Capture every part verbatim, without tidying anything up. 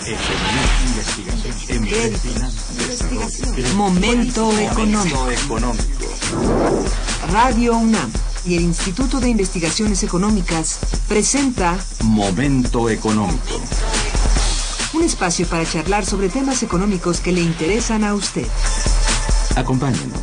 Momento económico. Radio UNAM y el Instituto de Investigaciones Económicas presenta Momento económico. Un espacio para charlar sobre temas económicos que le interesan a usted. Acompáñenos.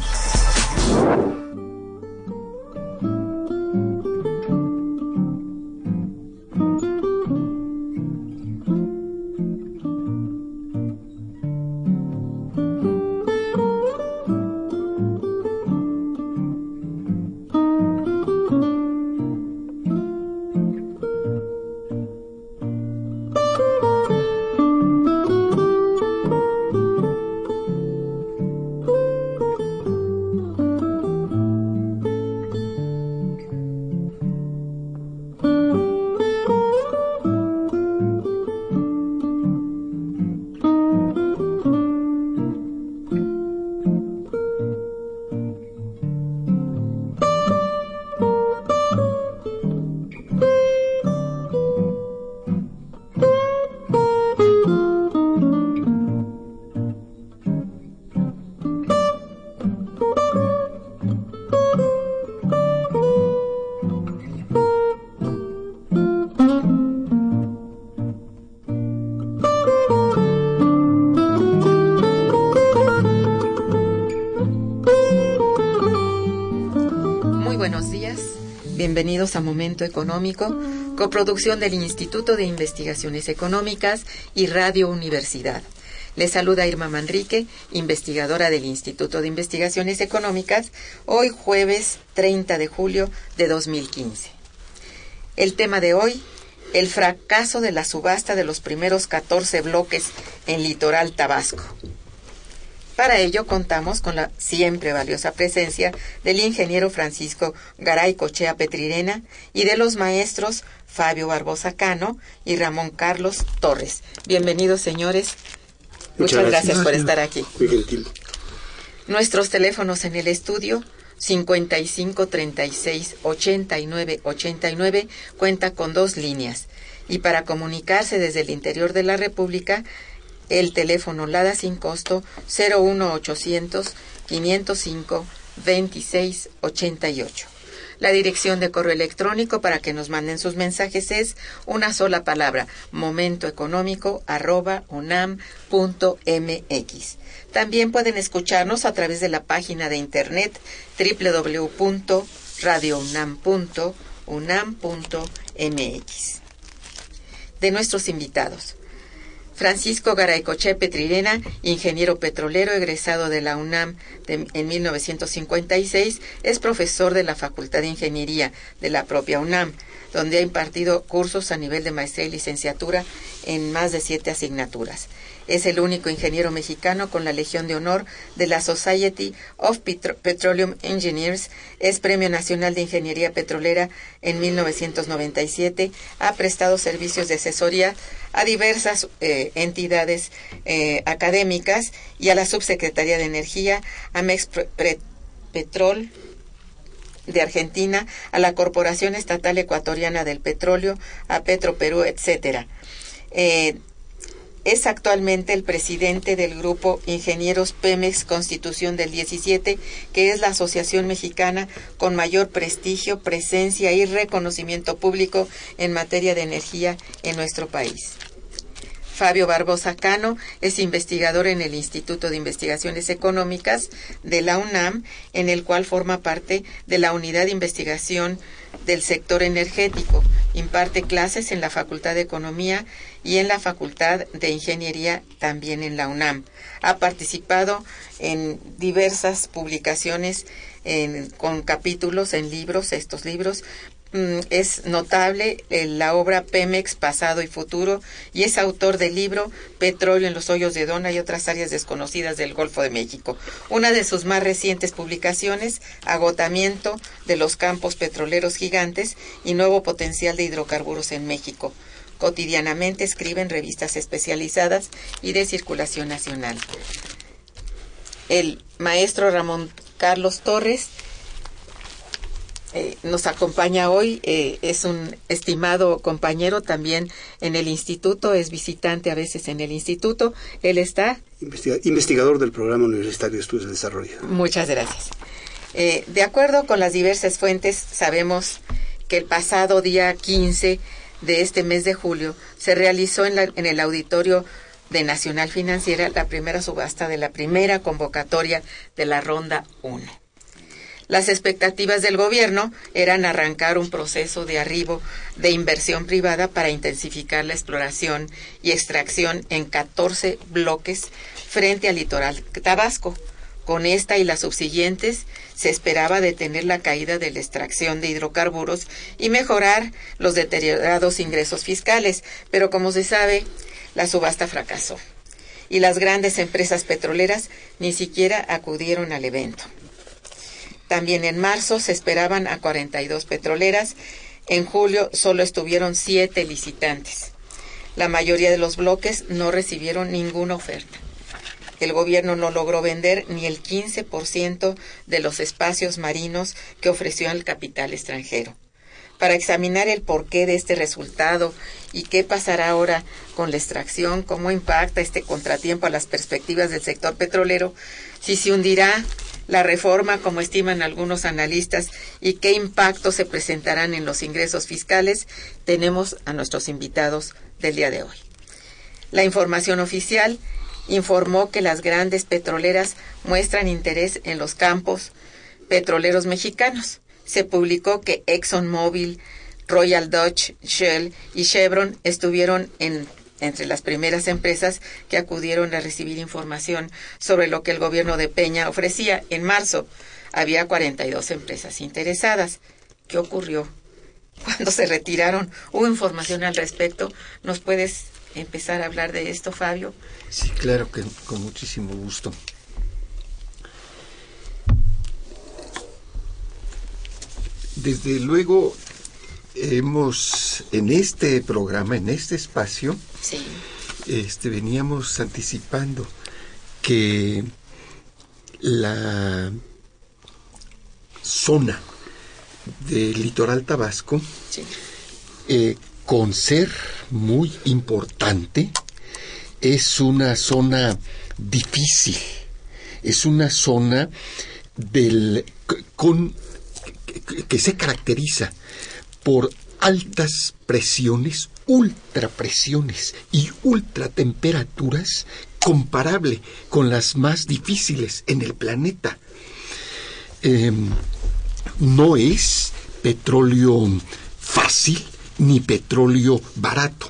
Bienvenidos a Momento Económico, coproducción del Instituto de Investigaciones Económicas y Radio Universidad. Les saluda Irma Manrique, investigadora del Instituto de Investigaciones Económicas, hoy jueves treinta de julio de dos mil quince. El tema de hoy, el fracaso de la subasta de los primeros catorce bloques en Litoral Tabasco. Para ello contamos con la siempre valiosa presencia del ingeniero Francisco Garay-Cochea Petrirena y de los maestros Fabio Barbosa Cano y Ramón Carlos Torres. Bienvenidos, señores. Muchas, Muchas gracias, gracias por estar aquí. Muy gentil. Nuestros teléfonos en el estudio cincuenta y cinco, treinta y seis, ochenta y nueve, ochenta y nueve cuenta con dos líneas. Y para comunicarse desde el interior de la República, el teléfono LADA sin costo cero uno ochocientos, quinientos cinco, veintiséis ochenta y ocho. La dirección de correo electrónico para que nos manden sus mensajes es una sola palabra, momentoeconómico arroba unam punto mx. También pueden escucharnos a través de la página de internet doble u doble u doble u punto radio unam punto unam punto mx. De nuestros invitados: Francisco Garay-Cochea Petrirena, ingeniero petrolero egresado de la UNAM de, en mil novecientos cincuenta y seis, es profesor de la Facultad de Ingeniería de la propia UNAM, donde ha impartido cursos a nivel de maestría y licenciatura en más de siete asignaturas. Es el único ingeniero mexicano con la Legión de Honor de la Society of Petro- Petroleum Engineers. Es Premio Nacional de Ingeniería Petrolera en mil novecientos noventa y siete. Ha prestado servicios de asesoría a diversas eh, entidades eh, académicas y a la Subsecretaría de Energía, a Mexpetrol de Argentina, a la Corporación Estatal Ecuatoriana del Petróleo, a Petroperú, etcétera. Eh, Es actualmente el presidente del grupo Ingenieros Pemex Constitución del diecisiete, que es la asociación mexicana con mayor prestigio, presencia y reconocimiento público en materia de energía en nuestro país. Fabio Barbosa Cano es investigador en el Instituto de Investigaciones Económicas de la UNAM, en el cual forma parte de la Unidad de Investigación del Sector Energético. Imparte clases en la Facultad de Economía y en la Facultad de Ingeniería, también en la UNAM. Ha participado en diversas publicaciones en, con capítulos en libros, estos libros. Es notable eh, la obra Pemex, Pasado y Futuro, y es autor del libro Petróleo en los hoyos de Dona y otras áreas desconocidas del Golfo de México. Una de sus más recientes publicaciones, Agotamiento de los campos petroleros gigantes y nuevo potencial de hidrocarburos en México. Cotidianamente escribe en revistas especializadas y de circulación nacional. El maestro Ramón Carlos Torres eh, nos acompaña hoy, eh, es un estimado compañero también en el instituto, es visitante a veces en el instituto. Él está... Investiga- investigador del Programa Universitario de Estudios de Desarrollo. Muchas gracias. Eh, de acuerdo con las diversas fuentes, sabemos que el pasado día quince de este mes de julio se realizó en, la, en el auditorio de Nacional Financiera la primera subasta de la primera convocatoria de la Ronda uno. Las expectativas del gobierno eran arrancar un proceso de arribo de inversión privada para intensificar la exploración y extracción en catorce bloques frente al litoral Tabasco. Con esta y las subsiguientes se esperaba detener la caída de la extracción de hidrocarburos y mejorar los deteriorados ingresos fiscales, pero como se sabe, la subasta fracasó y las grandes empresas petroleras ni siquiera acudieron al evento. También en marzo se esperaban a cuarenta y dos petroleras, en julio solo estuvieron siete licitantes. La mayoría de los bloques no recibieron ninguna oferta. El gobierno no logró vender ni el quince por ciento de los espacios marinos que ofreció al capital extranjero. Para examinar el porqué de este resultado y qué pasará ahora con la extracción, cómo impacta este contratiempo a las perspectivas del sector petrolero, si se hundirá la reforma, como estiman algunos analistas, y qué impacto se presentarán en los ingresos fiscales, tenemos a nuestros invitados del día de hoy. La información oficial informó que las grandes petroleras muestran interés en los campos petroleros mexicanos. Se publicó que ExxonMobil, Royal Dutch Shell y Chevron estuvieron en, entre las primeras empresas que acudieron a recibir información sobre lo que el gobierno de Peña ofrecía. En marzo había cuarenta y dos empresas interesadas. ¿Qué ocurrió? Cuando se retiraron, ¿hubo información al respecto? ¿Nos puedes empezar a hablar de esto, Fabio? Sí, claro que con muchísimo gusto. Desde luego, hemos, en este programa, en este espacio, sí. este, veníamos anticipando que la zona del litoral Tabasco, sí. eh, con ser muy importante, es una zona difícil, es una zona del con que, que se caracteriza por altas presiones, ultrapresiones y ultratemperaturas comparable con las más difíciles en el planeta. Eh, no es petróleo fácil ni petróleo barato.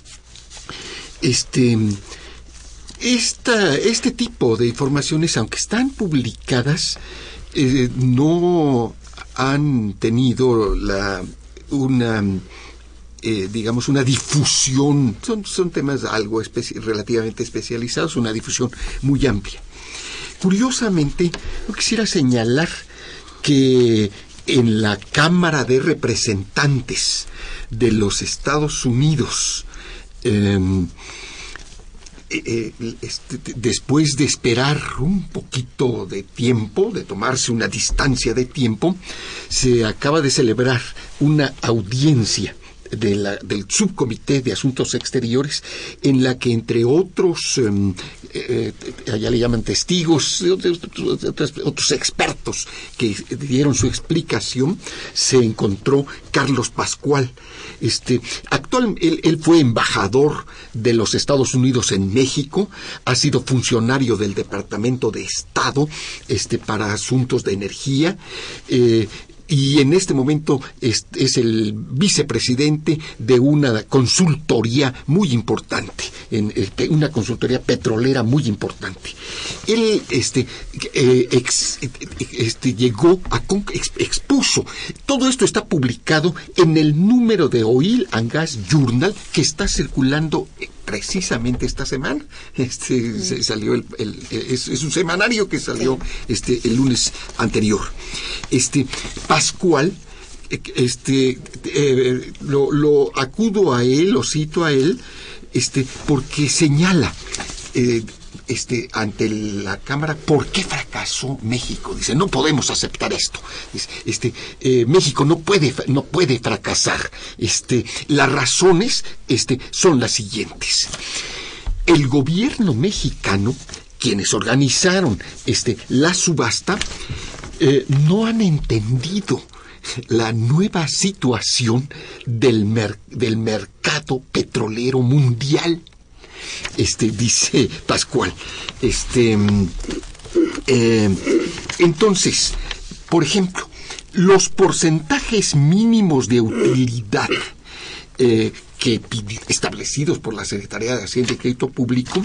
Este, esta, este tipo de informaciones, aunque están publicadas, eh, no han tenido la una eh, digamos una difusión, son, son temas algo especi- relativamente especializados, una difusión muy amplia. Curiosamente, yo quisiera señalar que en la Cámara de Representantes de los Estados Unidos, eh, eh, este, después de esperar un poquito de tiempo, de tomarse una distancia de tiempo, se acaba de celebrar una audiencia de la, del Subcomité de Asuntos Exteriores, en la que, entre otros, eh, eh, allá le llaman testigos, otros, otros, otros expertos que dieron su explicación, se encontró Carlos Pascual. Este, actual, él, él fue embajador de los Estados Unidos en México, ha sido funcionario del Departamento de Estado este, para asuntos de energía, eh, y en este momento es, es el vicepresidente de una consultoría muy importante, en, eh, una consultoría petrolera muy importante. Él este, eh, ex, este, llegó a ex, expuso. Todo esto está publicado en el número de Oil and Gas Journal que está circulando precisamente esta semana. Este mm. se salió el, el, el es, es un semanario que salió sí. este el lunes anterior. Este Pascual, este eh, lo, lo acudo a él, lo cito a él, este porque señala eh, este, ante la Cámara por qué fracasó México. Dice, no podemos aceptar esto. Dice, este, eh, México no puede, no puede fracasar. Este, las razones este, son las siguientes. El gobierno mexicano, quienes organizaron este, la subasta, eh, no han entendido la nueva situación del, mer- del mercado petrolero mundial. Este, dice Pascual. Este, eh, entonces, por ejemplo, los porcentajes mínimos de utilidad eh, que establecidos por la Secretaría de Hacienda y Crédito Público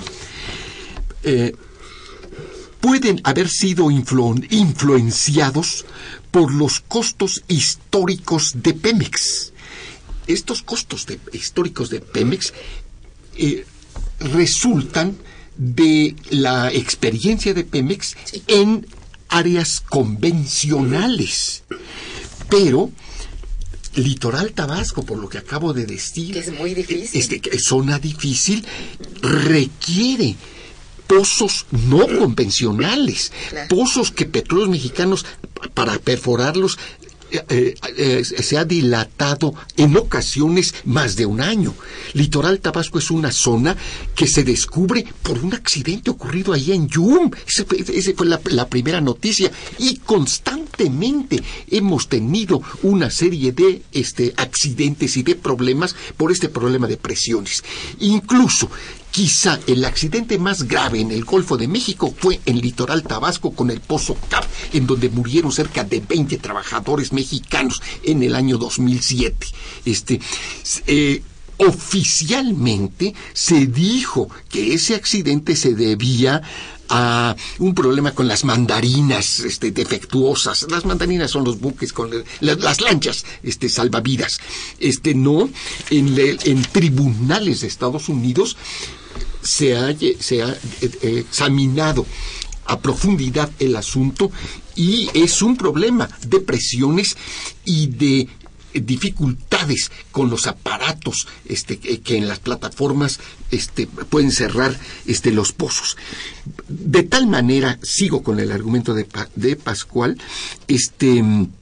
eh, pueden haber sido influ- influenciados por los costos históricos de Pemex. Estos costos de, históricos de Pemex eh, resultan de la experiencia de Pemex sí. en áreas convencionales. Pero Litoral Tabasco, por lo que acabo de decir, es muy difícil. Este, zona difícil, requiere pozos no convencionales, claro. pozos que Petróleos Mexicanos, para perforarlos, eh, eh, se ha dilatado en ocasiones más de un año. Litoral Tabasco es una zona que se descubre por un accidente ocurrido ahí en Yum. Esa fue, esa fue la, la primera noticia. Y constantemente hemos tenido una serie de este, accidentes y de problemas por este problema de presiones. Incluso quizá el accidente más grave en el Golfo de México fue en Litoral Tabasco con el Pozo Cap, en donde murieron cerca de veinte trabajadores mexicanos en el año dos mil siete. Este, eh, oficialmente se dijo que ese accidente se debía a un problema con las mandarinas este, defectuosas. Las mandarinas son los buques con el, las, las lanchas este, salvavidas. Este, no, en, le, en tribunales de Estados Unidos se ha, se ha eh, examinado a profundidad el asunto y es un problema de presiones y de dificultades con los aparatos este, que en las plataformas este, pueden cerrar este, los pozos. De tal manera, sigo con el argumento de, de Pascual, este,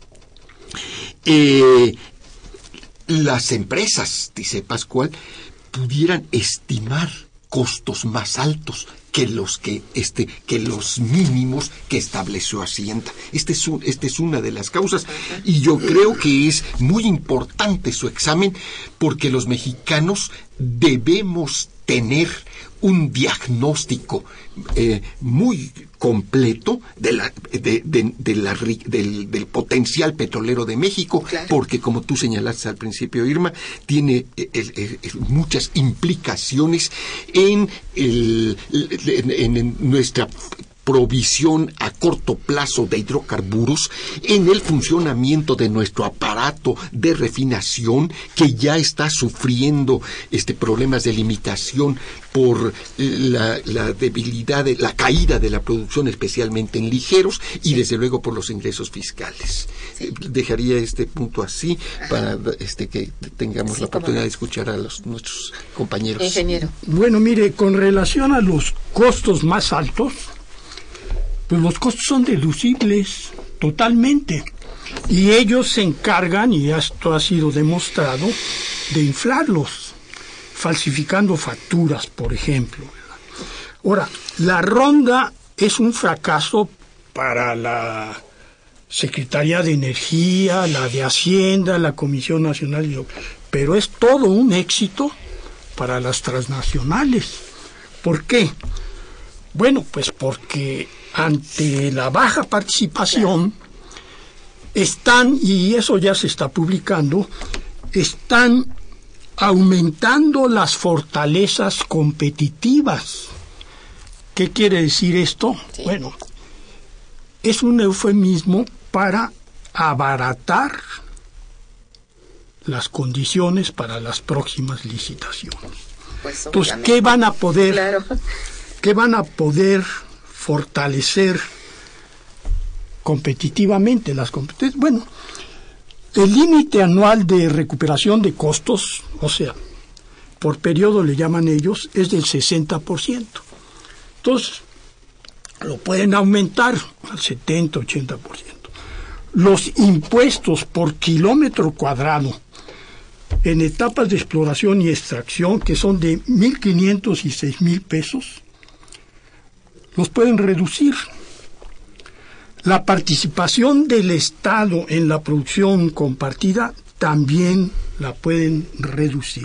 eh, las empresas, dice Pascual, pudieran estimar costos más altos que los que este que los mínimos que estableció Hacienda. Este es un, este es una de las causas y yo creo que es muy importante su examen porque los mexicanos debemos tener un diagnóstico eh, muy completo de la, de, de, de la, del, del potencial petrolero de México, claro. porque como tú señalaste al principio, Irma, tiene eh, eh, eh, muchas implicaciones en, el, en, en nuestra provisión a corto plazo de hidrocarburos, en el funcionamiento de nuestro aparato de refinación que ya está sufriendo este problemas de limitación por la, la debilidad, de, la caída de la producción, especialmente en ligeros, y desde luego por los ingresos fiscales. Sí. Dejaría este punto así para este que tengamos sí, la oportunidad no. de escuchar a los, nuestros compañeros. Ingeniero. Bueno, mire, con relación a los costos más altos, pues los costos son deducibles totalmente y ellos se encargan, y esto ha sido demostrado, de inflarlos, falsificando facturas, por ejemplo. Ahora, la ronda es un fracaso para la Secretaría de Energía, la de Hacienda, la Comisión Nacional de... pero es todo un éxito para las transnacionales. ¿Por qué? Bueno, pues porque ante la baja participación están, y eso ya se está publicando, están aumentando las fortalezas competitivas. ¿Qué quiere decir esto? Sí. Bueno, es un eufemismo para abaratar las condiciones para las próximas licitaciones. Pues, entonces, ¿qué van a poder, claro. qué van a poder fortalecer competitivamente las competencias? Bueno, el límite anual de recuperación de costos, o sea, por periodo le llaman ellos, es del sesenta por ciento. Entonces, lo pueden aumentar al setenta, ochenta por ciento. Los impuestos por kilómetro cuadrado en etapas de exploración y extracción, que son de mil quinientos y seis mil pesos, los pueden reducir. La participación del Estado en la producción compartida también la pueden reducir.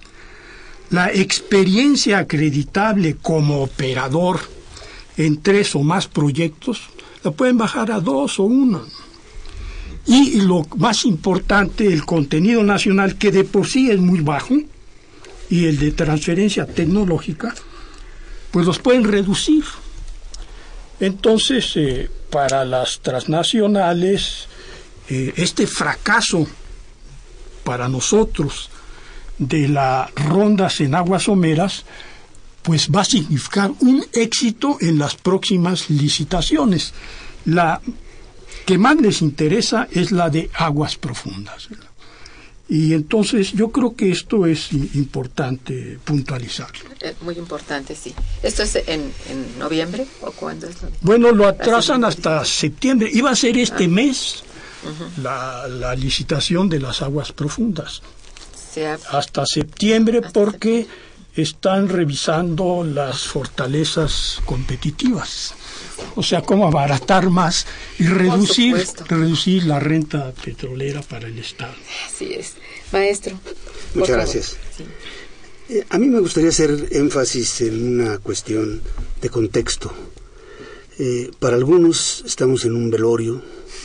La experiencia acreditable como operador en tres o más proyectos la pueden bajar a dos o uno. Y lo más importante, el contenido nacional, que de por sí es muy bajo, y el de transferencia tecnológica, pues los pueden reducir. Entonces, eh, para las transnacionales, eh, este fracaso para nosotros de las rondas en aguas someras, pues va a significar un éxito en las próximas licitaciones. La que más les interesa es la de aguas profundas. Y entonces yo creo que esto es importante puntualizar. Muy importante, sí. ¿Esto es en, en noviembre o cuándo es? Lo... Bueno, lo atrasan hasta septiembre. Iba a ser este ah. mes uh-huh. la, la licitación de las aguas profundas. Ha... Hasta septiembre hasta porque septiembre. Están revisando las fortalezas competitivas. O sea, cómo abaratar más y reducir, reducir la renta petrolera para el Estado. Así es. Maestro. Muchas gracias. Sí. Eh, a mí me gustaría hacer énfasis en una cuestión de contexto. Eh, para algunos estamos en un velorio,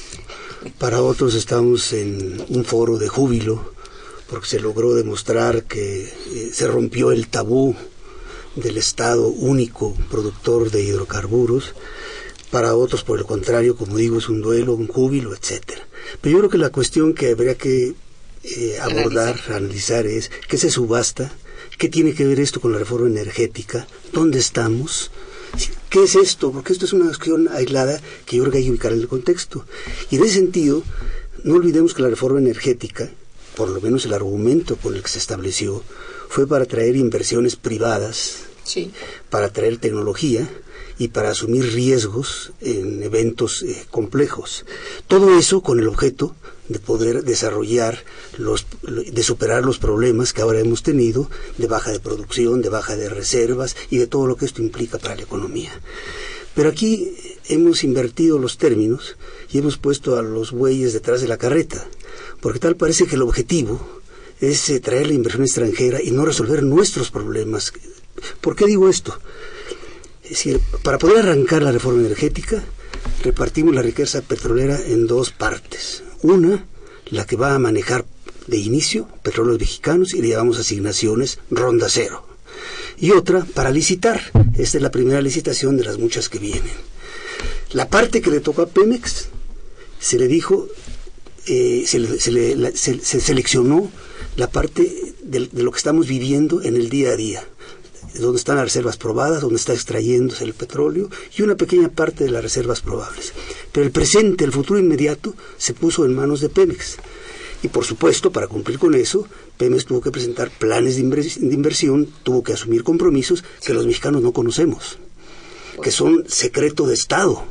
para otros estamos en un foro de júbilo, porque se logró demostrar que eh, se rompió el tabú del Estado único productor de hidrocarburos. Para otros, por el contrario, como digo, es un duelo, un júbilo, etcétera. Pero yo creo que la cuestión que habría que eh, abordar, analizar. analizar es qué se subasta, qué tiene que ver esto con la reforma energética, dónde estamos, qué es esto, porque esto es una cuestión aislada que yo creo que hay que ubicar en el contexto. Y en ese sentido, no olvidemos que la reforma energética, por lo menos el argumento con el que se estableció, fue para traer inversiones privadas, sí. para traer tecnología y para asumir riesgos en eventos eh, complejos. Todo eso con el objeto de poder desarrollar, los, de superar los problemas que ahora hemos tenido de baja de producción, de baja de reservas y de todo lo que esto implica para la economía. Pero aquí hemos invertido los términos y hemos puesto a los bueyes detrás de la carreta, porque tal parece que el objetivo es eh, traer la inversión extranjera y no resolver nuestros problemas. ¿Por qué digo esto? Es decir, para poder arrancar la reforma energética, repartimos la riqueza petrolera en dos partes. Una, la que va a manejar de inicio Petróleos Mexicanos y le llamamos asignaciones ronda cero. Y otra, para licitar. Esta es la primera licitación de las muchas que vienen. La parte que le tocó a Pemex, se le dijo, eh, se, le, se, le, la, se, se seleccionó la parte de, de lo que estamos viviendo en el día a día, donde están las reservas probadas, donde está extrayéndose el petróleo y una pequeña parte de las reservas probables. Pero el presente, el futuro inmediato, se puso en manos de Pemex. Y por supuesto, para cumplir con eso, Pemex tuvo que presentar planes de, invers- de inversión, tuvo que asumir compromisos que los mexicanos no conocemos, que son secreto de Estado.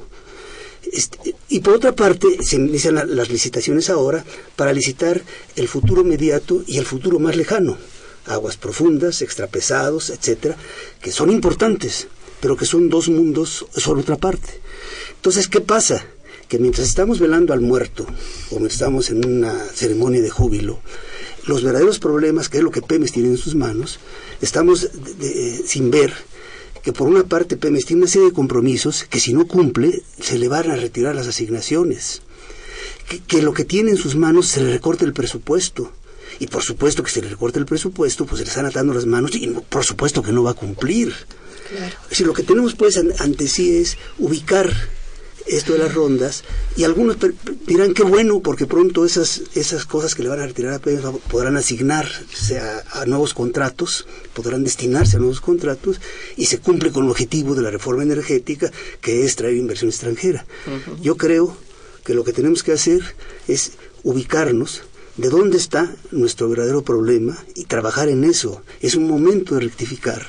Este, y por otra parte, se inician la, las licitaciones ahora para licitar el futuro inmediato y el futuro más lejano. Aguas profundas, extrapesados, etcétera, que son importantes, pero que son dos mundos, son otra parte. Entonces, ¿qué pasa? Que mientras estamos velando al muerto, o mientras estamos en una ceremonia de júbilo, los verdaderos problemas, que es lo que Pemex tiene en sus manos, estamos de, de, sin ver que por una parte Pemex tiene una serie de compromisos que si no cumple, se le van a retirar las asignaciones, que, que lo que tiene en sus manos se le recorte el presupuesto. Y por supuesto que si le recorta el presupuesto, pues se le están atando las manos y no, por supuesto que no va a cumplir. Claro. Es decir, lo que tenemos pues ante sí es ubicar esto de las rondas, y algunos dirán que bueno, porque pronto esas esas cosas que le van a retirar a Pemex podrán asignarse a, a nuevos contratos, podrán destinarse a nuevos contratos, y se cumple con el objetivo de la reforma energética, que es traer inversión extranjera. Uh-huh. Yo creo que lo que tenemos que hacer es ubicarnos de dónde está nuestro verdadero problema y trabajar en eso. Es un momento de rectificar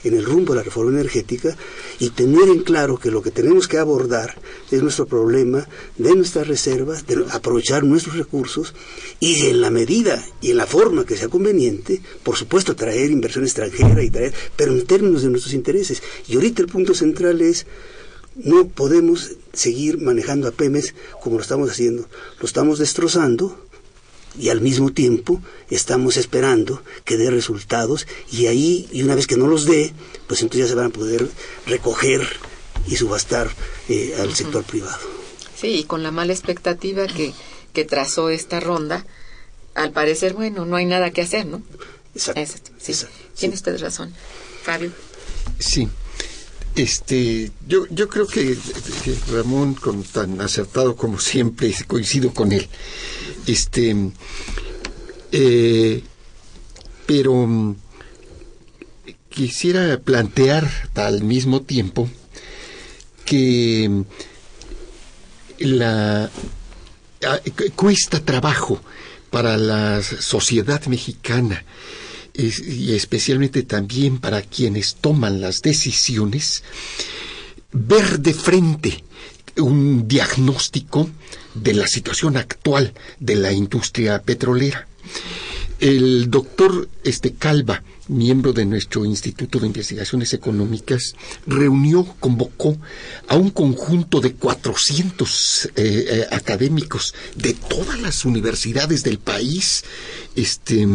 en el rumbo de la reforma energética y tener en claro que lo que tenemos que abordar es nuestro problema de nuestras reservas, de aprovechar nuestros recursos y en la medida y en la forma que sea conveniente, por supuesto traer inversión extranjera y traer, pero en términos de nuestros intereses. Y ahorita el punto central es: no podemos seguir manejando a Pemex como lo estamos haciendo. Lo estamos destrozando y al mismo tiempo estamos esperando que dé resultados, y ahí, y una vez que no los dé, pues entonces ya se van a poder recoger y subastar eh, al uh-huh. sector privado. Sí, y con la mala expectativa que, que trazó esta ronda, al parecer, bueno, no hay nada que hacer, ¿no? Exacto. Es, sí. Exacto, Tiene sí. usted razón. Fabio. Sí. Este, yo, yo creo que, que Ramón, con tan acertado como siempre, coincido con él. Este, eh, pero quisiera plantear al mismo tiempo que la cuesta trabajo para la sociedad mexicana, y especialmente también para quienes toman las decisiones, ver de frente un diagnóstico de la situación actual de la industria petrolera. El doctor este, Calva, miembro de nuestro Instituto de Investigaciones Económicas, reunió, convocó a un conjunto de cuatrocientos eh, eh, académicos de todas las universidades del país, este...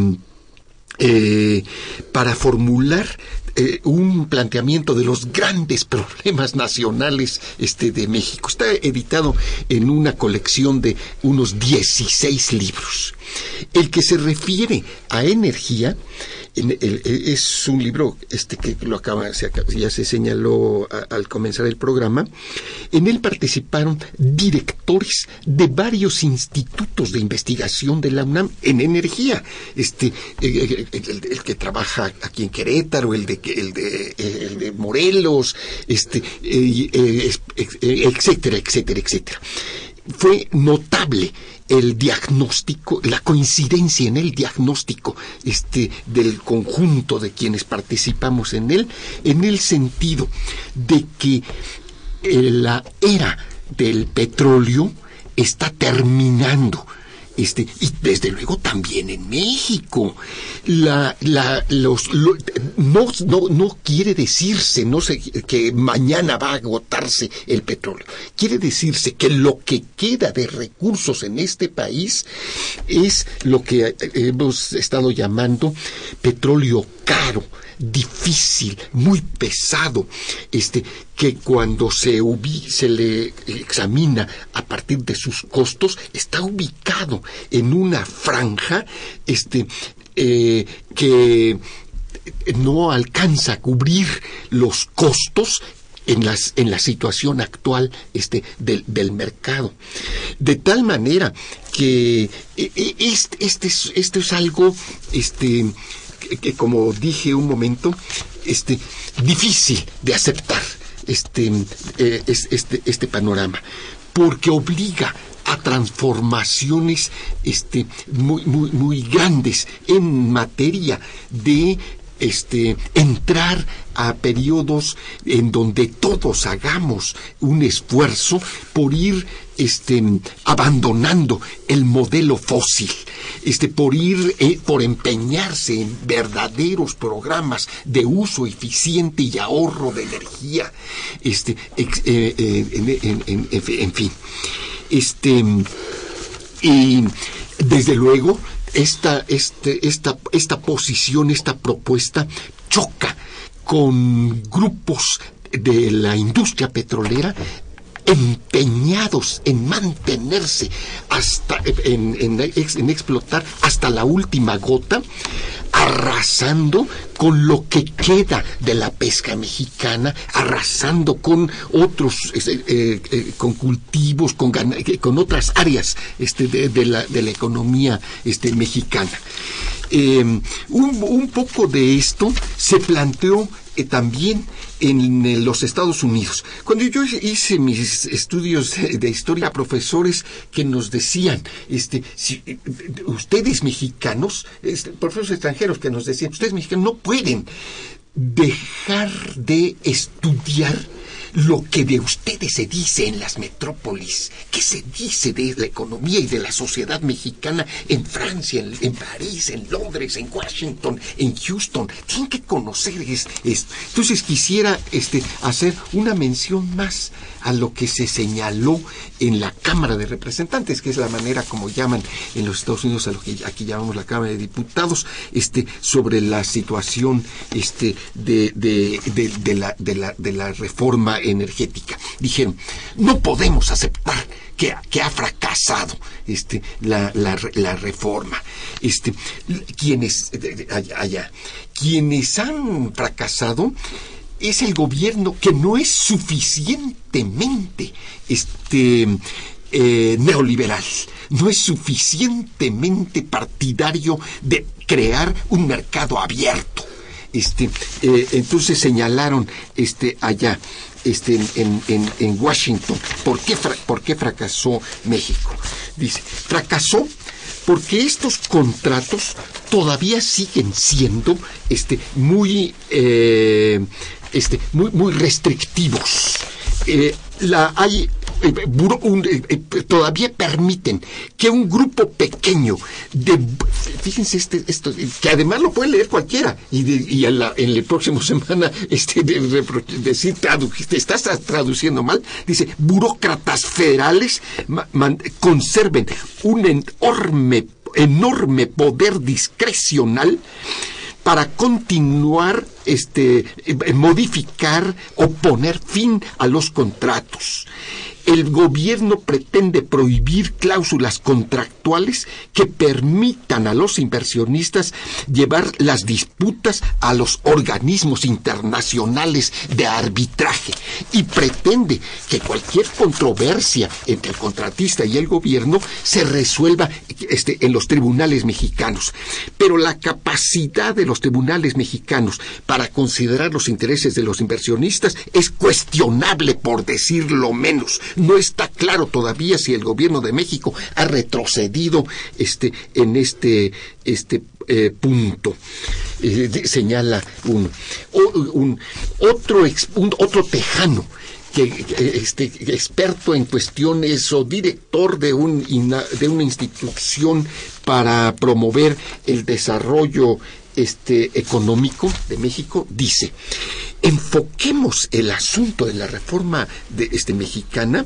Eh, para formular eh, un planteamiento de los grandes problemas nacionales este, de México. Está editado en una colección de unos dieciséis libros. El que se refiere a energía en el, es un libro este que lo acaba, se acaba, ya se señaló a, al comenzar el programa. En él participaron directores de varios institutos de investigación de la UNAM en energía, este el, el, el que trabaja aquí en Querétaro, el de el de, el de Morelos, este eh, eh, etcétera, etcétera, etcétera. Fue notable el diagnóstico, la coincidencia en el diagnóstico este del conjunto de quienes participamos en él, en el sentido de que eh, la era del petróleo está terminando. Este, y desde luego también en México. La, la, los, lo, no, no, no quiere decirse no sé, que mañana va a agotarse el petróleo. Quiere decirse que lo que queda de recursos en este país es lo que hemos estado llamando petróleo caro, difícil, muy pesado, este, que cuando se, ubi, se le examina a partir de sus costos, está ubicado en una franja este, eh, que no alcanza a cubrir los costos en las en la situación actual este del, del mercado, de tal manera que este este es, esto es algo este que, que como dije un momento este difícil de aceptar este eh, este este panorama, porque obliga a transformaciones este muy muy muy grandes en materia de este entrar a periodos en donde todos hagamos un esfuerzo por ir este abandonando el modelo fósil, este por ir eh, por empeñarse en verdaderos programas de uso eficiente y ahorro de energía, este ex, eh, eh, en, en, en, en fin, este y desde luego esta este esta esta posición, esta propuesta choca con grupos de la industria petrolera empeñados en mantenerse hasta en, en, en explotar hasta la última gota, arrasando con lo que queda de la pesca mexicana, arrasando con otros eh, eh, con cultivos, con con otras áreas este de, de la de la economía este mexicana. Eh, un, un poco de esto se planteó eh, también en, en los Estados Unidos. Cuando yo hice mis estudios de, de historia, profesores que nos decían, este, si, ustedes mexicanos, este, profesores extranjeros que nos decían, ustedes mexicanos no pueden dejar de estudiar lo que de ustedes se dice en las metrópolis, qué se dice de la economía y de la sociedad mexicana en Francia, en, en París, en Londres, en Washington, en Houston. Tienen que conocer esto. Es, Entonces quisiera este, hacer una mención más a lo que se señaló en la Cámara de Representantes, que es la manera como llaman en los Estados Unidos a lo que aquí llamamos la Cámara de Diputados, este, sobre la situación este, de, de, de, de, la, de, la, de la reforma energética. Dijeron, no podemos aceptar que, que ha fracasado este, la, la, la reforma. Este, quienes, allá, allá, quienes han fracasado es el gobierno, que no es suficientemente este, eh, neoliberal, no es suficientemente partidario de crear un mercado abierto. Este, eh, entonces señalaron este, allá, este, en, en, en Washington, ¿por qué, fra- ¿por qué fracasó México? Dice, fracasó porque estos contratos todavía siguen siendo este, muy... Eh, Este, muy, muy restrictivos. Eh, la hay eh, buro, un, eh, eh, todavía permiten que un grupo pequeño de, fíjense este, esto, que además lo puede leer cualquiera y, de, y en la en la próxima semana este de, de, decir tradu, te estás traduciendo mal, dice burócratas federales ma, man, conserven un enorme enorme poder discrecional para continuar, este, modificar o poner fin a los contratos. El gobierno pretende prohibir cláusulas contractuales que permitan a los inversionistas llevar las disputas a los organismos internacionales de arbitraje y pretende que cualquier controversia entre el contratista y el gobierno se resuelva este, en los tribunales mexicanos. Pero la capacidad de los tribunales mexicanos para considerar los intereses de los inversionistas es cuestionable, por decirlo menos. No está claro todavía si el gobierno de México ha retrocedido este, en este, este eh, punto. Eh, de, señala un, un, otro, ex, un otro tejano que este experto en cuestiones o director de un de una institución para promover el desarrollo este económico de México, dice: enfoquemos el asunto de la reforma de, este, mexicana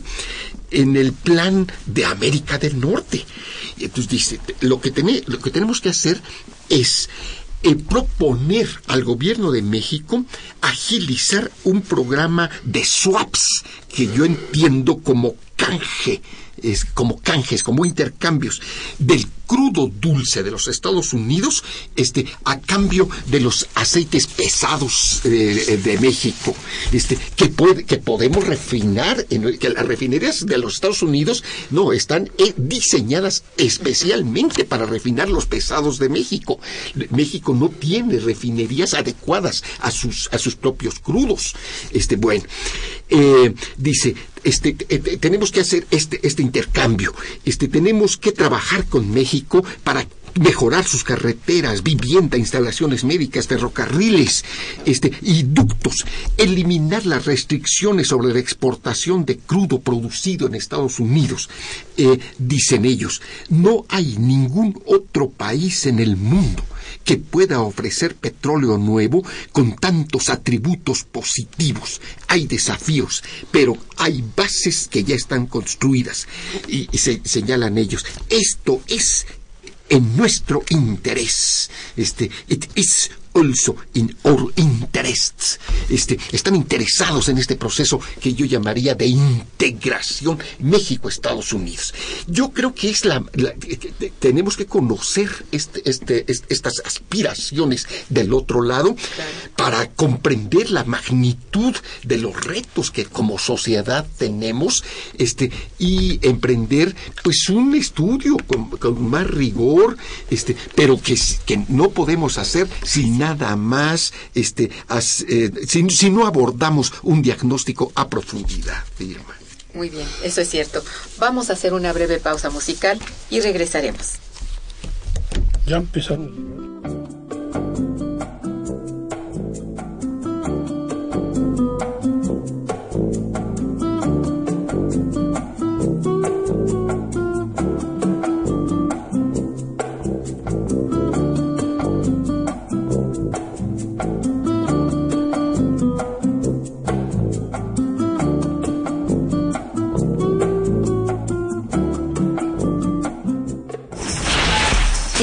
en el plan de América del Norte. Y entonces dice, lo que, ten, lo que tenemos que hacer es eh, proponer al gobierno de México agilizar un programa de swaps, que yo entiendo como canje, es como canjes, como intercambios del crudo dulce de los Estados Unidos, este, a cambio de los aceites pesados eh, de México, este, que puede, que podemos refinar, en, que las refinerías de los Estados Unidos no están eh, diseñadas especialmente para refinar los pesados de México. México no tiene refinerías adecuadas a sus a sus propios crudos. Este, bueno, eh, dice. Este, eh, tenemos que hacer este, este intercambio. Este, tenemos que trabajar con México para mejorar sus carreteras, vivienda, instalaciones médicas, ferrocarriles, este, y ductos, eliminar las restricciones sobre la exportación de crudo producido en Estados Unidos. Eh, dicen ellos, no hay ningún otro país en el mundo que pueda ofrecer petróleo nuevo con tantos atributos positivos. Hay desafíos, pero hay bases que ya están construidas. Y, y se, señalan ellos, esto es en nuestro interés. Este, it is also in our interests. Este, están interesados en este proceso que yo llamaría de integración México-Estados Unidos. Yo creo que es la, la que tenemos que conocer este, este, este, estas aspiraciones del otro lado, claro, para comprender la magnitud de los retos que como sociedad tenemos, este, y emprender pues un estudio con, con más rigor, este, pero que, que no podemos hacer sin nada más, este, as, eh, si, si no abordamos un diagnóstico a profundidad, Irma. Muy bien, eso es cierto. Vamos a hacer una breve pausa musical y regresaremos. Ya empezamos.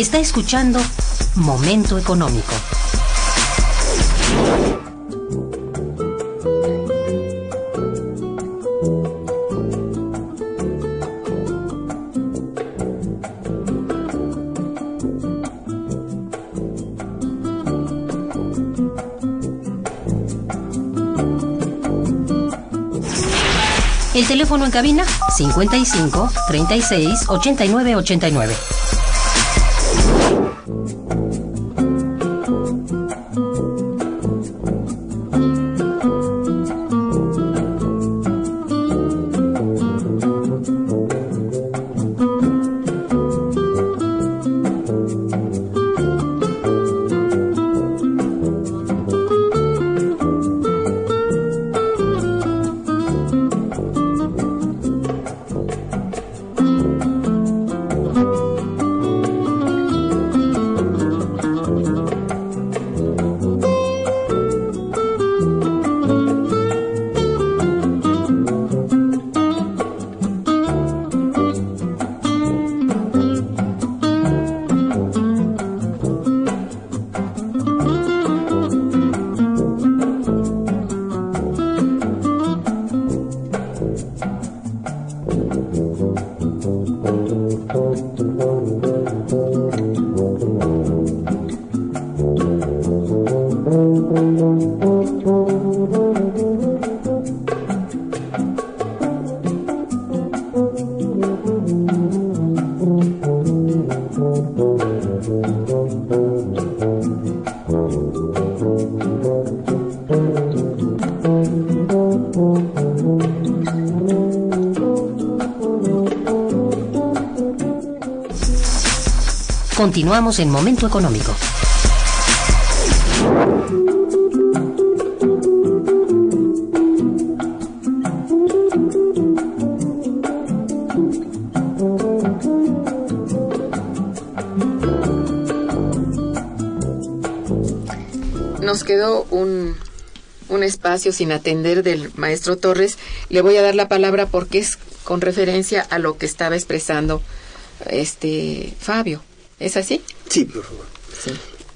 Está escuchando Momento Económico. El teléfono en cabina cincuenta y cinco, treinta y seis, ochenta y nueve, ochenta y nueve. Continuamos en Momento Económico. Nos quedó un, un espacio sin atender del maestro Torres. Le voy a dar la palabra porque es con referencia a lo que estaba expresando este Fabio. ¿Es así? Sí, por favor. Sí,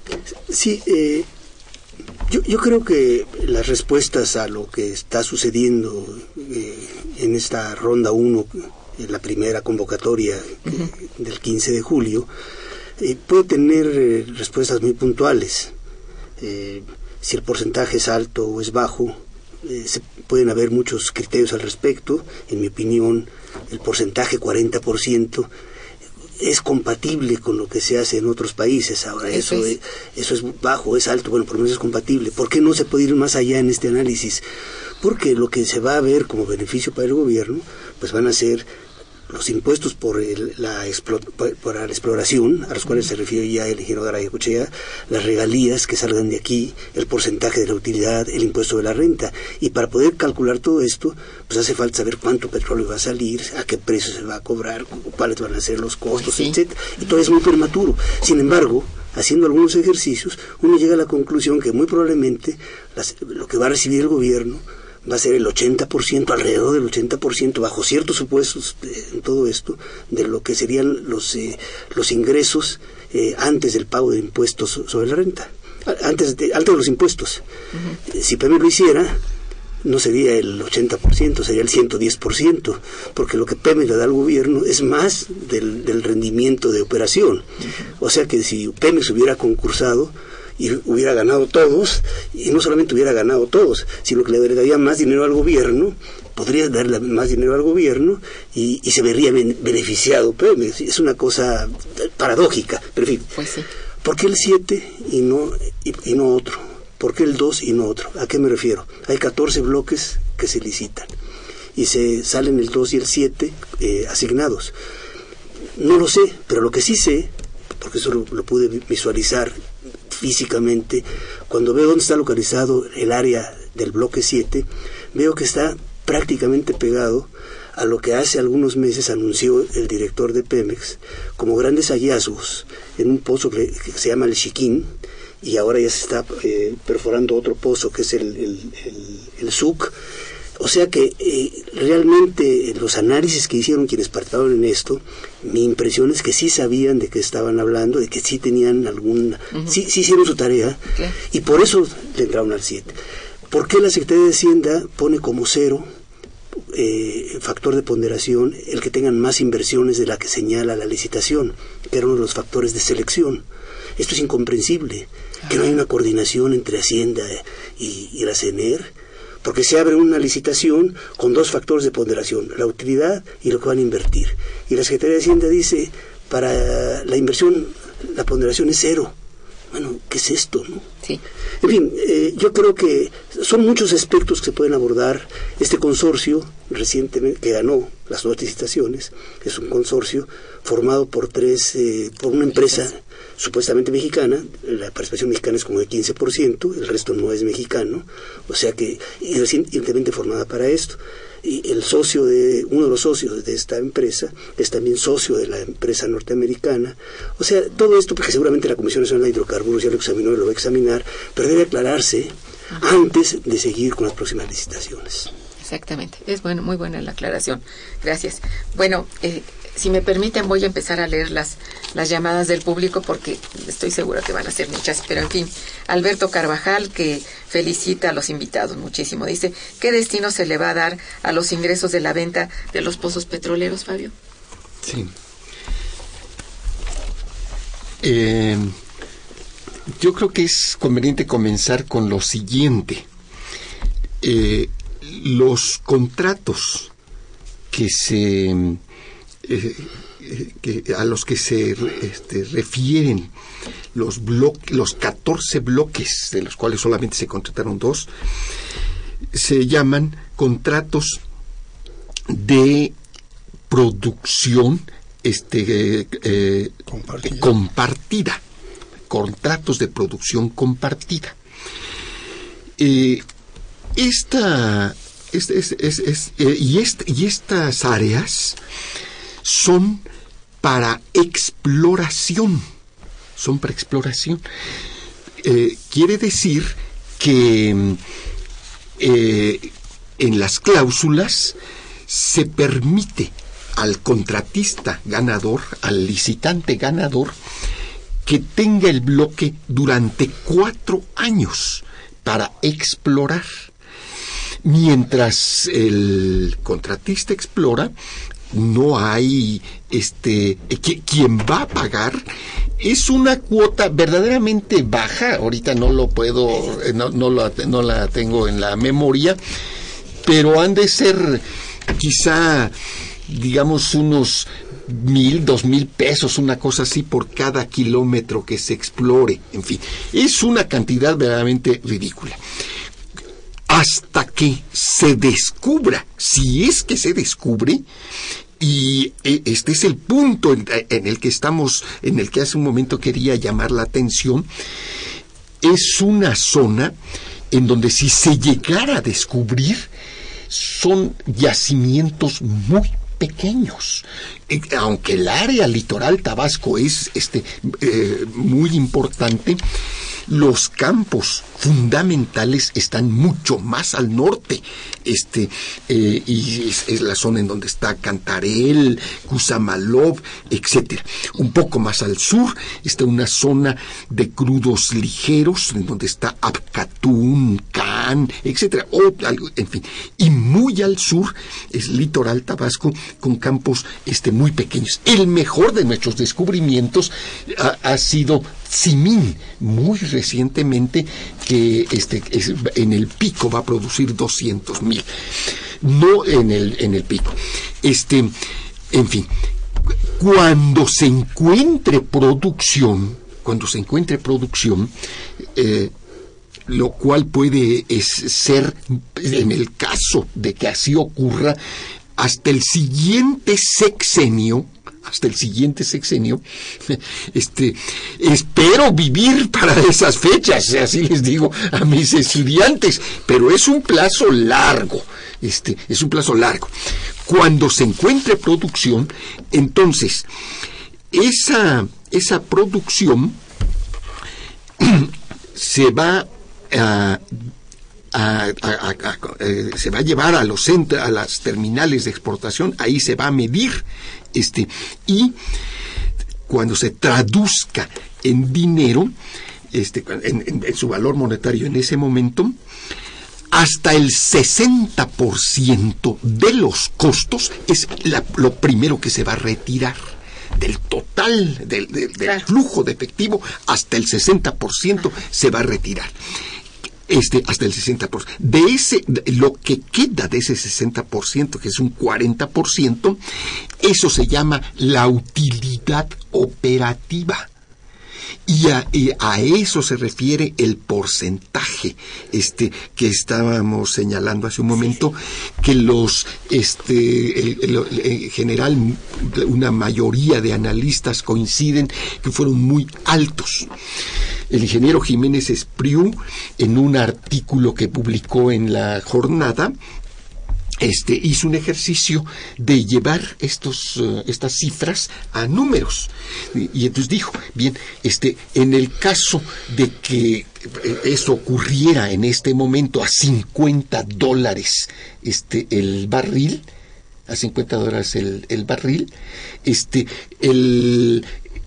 sí eh, yo, yo creo que las respuestas a lo que está sucediendo eh, en esta ronda uno, en la primera convocatoria uh-huh. del quince de julio, eh, puede tener eh, respuestas muy puntuales. Eh, si el porcentaje es alto o es bajo, eh, se pueden haber muchos criterios al respecto. En mi opinión, el porcentaje cuarenta por ciento es compatible con lo que se hace en otros países. Ahora, eso, eso, es, eso es bajo, es alto, bueno, por lo menos es compatible. ¿Por qué no se puede ir más allá en este análisis? Porque lo que se va a ver como beneficio para el gobierno, pues van a ser los impuestos por, el, la, explo, por, por la exploración, a los cuales se refiere ya el ingeniero Garay-Cochea, las regalías que salgan de aquí, el porcentaje de la utilidad, el impuesto de la renta. Y para poder calcular todo esto, pues hace falta saber cuánto petróleo va a salir, a qué precio se va a cobrar, cuáles van a ser los costos, sí. etcétera. Y todo es muy prematuro. Sin embargo, haciendo algunos ejercicios, uno llega a la conclusión que muy probablemente las, lo que va a recibir el gobierno va a ser el ochenta por ciento, alrededor del ochenta por ciento, bajo ciertos supuestos de, en todo esto, de lo que serían los eh, los ingresos eh, antes del pago de impuestos sobre la renta, antes de, antes de los impuestos. Uh-huh. Si Pemex lo hiciera, no sería el ochenta por ciento, sería el ciento diez por ciento, porque lo que Pemex le da al gobierno es más del, del rendimiento de operación. Uh-huh. O sea que si Pemex hubiera concursado y hubiera ganado todos, y no solamente hubiera ganado todos, sino que le daría más dinero al gobierno, podría darle más dinero al gobierno y, y se vería beneficiado Pemex. Es una cosa paradójica, pero en fin. Pues sí. ¿Por qué el siete y no, y, y no otro? ¿Por qué el dos y no otro? ¿A qué me refiero? Hay catorce bloques que se licitan y se salen el dos y el siete eh, asignados. No lo sé, pero lo que sí sé, porque eso lo, lo pude visualizar físicamente, cuando veo dónde está localizado el área del bloque siete, veo que está prácticamente pegado a lo que hace algunos meses anunció el director de Pemex como grandes hallazgos en un pozo que, que se llama el Chiquín, y ahora ya se está eh, perforando otro pozo que es el, el, el, el S U C, O sea que eh, realmente los análisis que hicieron quienes participaron en esto, mi impresión es que sí sabían de qué estaban hablando, de que sí tenían algún... Uh-huh. sí, sí hicieron su tarea, okay. Y por eso le entraron al siete. ¿Por qué la Secretaría de Hacienda pone como cero eh, factor de ponderación el que tengan más inversiones de la que señala la licitación, que era uno de los factores de selección? Esto es incomprensible, uh-huh. Que no hay una coordinación entre Hacienda y, y la C N E R, porque se abre una licitación con dos factores de ponderación, la utilidad y lo que van a invertir. Y la Secretaría de Hacienda dice, para la inversión, la ponderación es cero. Bueno, ¿qué es esto, no? Sí. En fin, eh, yo creo que son muchos aspectos que se pueden abordar. Este consorcio, recientemente, que ganó las dos licitaciones, es un consorcio formado por tres, eh, por una empresa supuestamente mexicana, la participación mexicana es como de quince por ciento, el resto no es mexicano, o sea que, y recientemente formada para esto. Y el socio de, uno de los socios de esta empresa es también socio de la empresa norteamericana. O sea, todo esto, porque seguramente la Comisión Nacional de Hidrocarburos ya lo examinó y lo va a examinar, pero debe aclararse antes de seguir con las próximas licitaciones. Exactamente, es bueno, muy buena la aclaración. Gracias. Bueno, eh, si me permiten, voy a empezar a leer las, las llamadas del público porque estoy segura que van a ser muchas. Pero, en fin, Alberto Carvajal, que felicita a los invitados muchísimo. Dice, ¿qué destino se le va a dar a los ingresos de la venta de los pozos petroleros, Fabio? Sí. Eh, yo creo que es conveniente comenzar con lo siguiente. Eh, los contratos que se... Eh, eh, que, a los que se este, refieren los bloques, los catorce bloques, de los cuales solamente se contrataron dos, se llaman contratos de producción este, eh, eh, compartida. compartida, contratos de producción compartida. Eh, esta, es, es, es, es, eh, y, est, y estas áreas son para exploración, son para exploración. Eh, quiere decir que eh, en las cláusulas se permite al contratista ganador, al licitante ganador, que tenga el bloque durante cuatro años para explorar. Mientras el contratista explora, no hay este que, quien va a pagar es una cuota verdaderamente baja. Ahorita no lo puedo, no, no, la, no la tengo en la memoria, pero han de ser quizá, digamos, unos mil, dos mil pesos, una cosa así por cada kilómetro que se explore. En fin, es una cantidad verdaderamente ridícula. Hasta que se descubra, si es que se descubre, y este es el punto en, en el que estamos, en el que hace un momento quería llamar la atención, es una zona en donde si se llegara a descubrir, son yacimientos muy pequeños. Eh, aunque el área litoral Tabasco es este eh, muy importante, los campos fundamentales están mucho más al norte, este eh, y es, es la zona en donde está Cantarell, Cusamalov, etcétera. Un poco más al sur está una zona de crudos ligeros, en donde está Abcatún, Can, etcétera. O, en fin, y muy al sur es litoral Tabasco con campos este muy pequeños. El mejor de nuestros descubrimientos ha, ha sido Simín, muy recientemente, que este es, en el pico va a producir doscientos mil, no en el en el pico. Este, en fin, cuando se encuentre producción, cuando se encuentre producción, eh, lo cual puede es, ser, en el caso de que así ocurra, hasta el siguiente sexenio, hasta el siguiente sexenio, este, espero vivir para esas fechas, así les digo a mis estudiantes, pero es un plazo largo, este, es un plazo largo. Cuando se encuentre producción, entonces, esa, esa producción se va a, a, a, a, a, eh, se va a llevar a los centros, a las terminales de exportación, ahí se va a medir, este, y cuando se traduzca en dinero, este, en, en, en su valor monetario en ese momento, hasta el sesenta por ciento de los costos es la, lo primero que se va a retirar. Del total del, del, del claro. flujo de efectivo, hasta el sesenta por ciento se va a retirar. Este, hasta el sesenta por ciento. De ese, de, lo que queda de ese sesenta por ciento, que es un cuarenta por ciento, eso se llama la utilidad operativa. Y a, y a eso se refiere el porcentaje este que estábamos señalando hace un momento, que los este el, el, en general una mayoría de analistas coinciden que fueron muy altos. El ingeniero Jiménez Espriu, en un artículo que publicó en La Jornada, Este, hizo un ejercicio de llevar estos, uh, estas cifras a números. Y, y entonces dijo, bien, este, en el caso de que eso ocurriera en este momento a cincuenta dólares este, el barril, a cincuenta dólares el, el barril, este, el...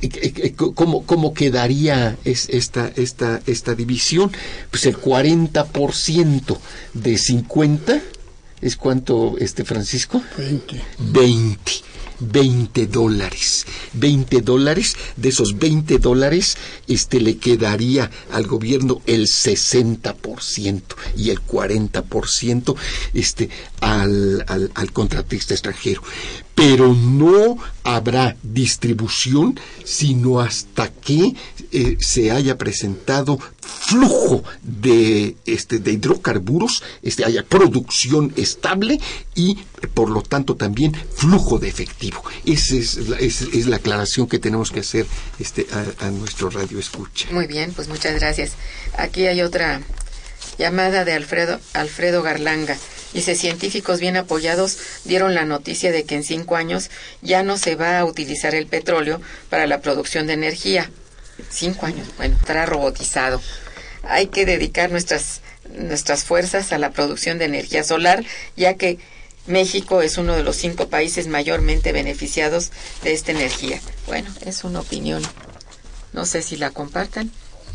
¿Cómo, cómo quedaría es, esta, esta, esta división? Pues el cuarenta por ciento de cincuenta... ¿Es cuánto, este Francisco? veinte. veinte. veinte dólares. veinte dólares. De esos veinte dólares, este, le quedaría al gobierno el sesenta por ciento y el cuarenta por ciento, este, al, al, al contratista extranjero. Pero no habrá distribución sino hasta que eh, se haya presentado flujo de este de hidrocarburos, este haya producción estable y por lo tanto también flujo de efectivo. Esa es la, es, es la aclaración que tenemos que hacer este a, a nuestro radio escucha. Muy bien, pues muchas gracias. Aquí hay otra llamada de Alfredo Alfredo Garlanga. Dice, científicos bien apoyados dieron la noticia de que en cinco años ya no se va a utilizar el petróleo para la producción de energía. Cinco años, bueno, estará robotizado. Hay que dedicar nuestras, nuestras fuerzas a la producción de energía solar, ya que México es uno de los cinco países mayormente beneficiados de esta energía. Bueno, es una opinión. No sé si la compartan.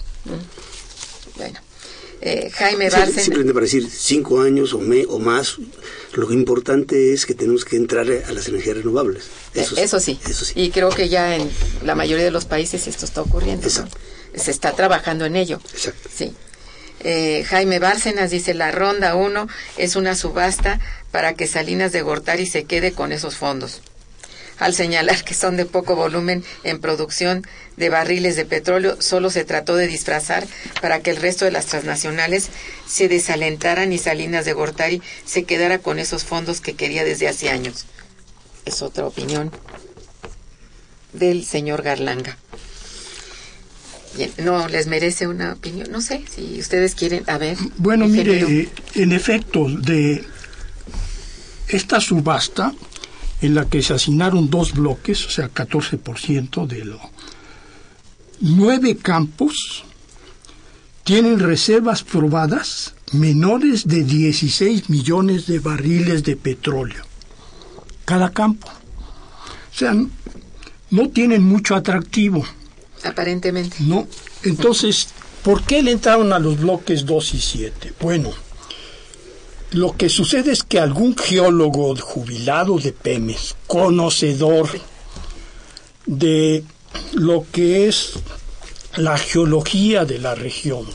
Bueno. Eh, Jaime Bárcena. Simplemente para decir cinco años o, me, o más, lo importante es que tenemos que entrar a las energías renovables. Eso, eh, eso, sí. sí. eso sí. Y creo que ya en la mayoría de los países esto está ocurriendo. Exacto. ¿No? Se está trabajando en ello. Exacto. Sí. Eh, Jaime Bárcenas dice, la ronda uno es una subasta para que Salinas de Gortari se quede con esos fondos. Al señalar que son de poco volumen en producción de barriles de petróleo, solo se trató de disfrazar para que el resto de las transnacionales se desalentaran y Salinas de Gortari se quedara con esos fondos que quería desde hace años. Es otra opinión del señor Garlanga. Bien, ¿no les merece una opinión? No sé, si ustedes quieren, a ver. Bueno, mire, eh, en efecto, de esta subasta en la que se asignaron dos bloques, o sea, catorce por ciento de lo... Nueve campos tienen reservas probadas menores de dieciséis millones de barriles de petróleo. Cada campo. O sea, no tienen mucho atractivo. Aparentemente. No. Entonces, ¿por qué le entraron a los bloques dos y siete? Bueno, lo que sucede es que algún geólogo jubilado de Pemex, conocedor de lo que es la geología de la región,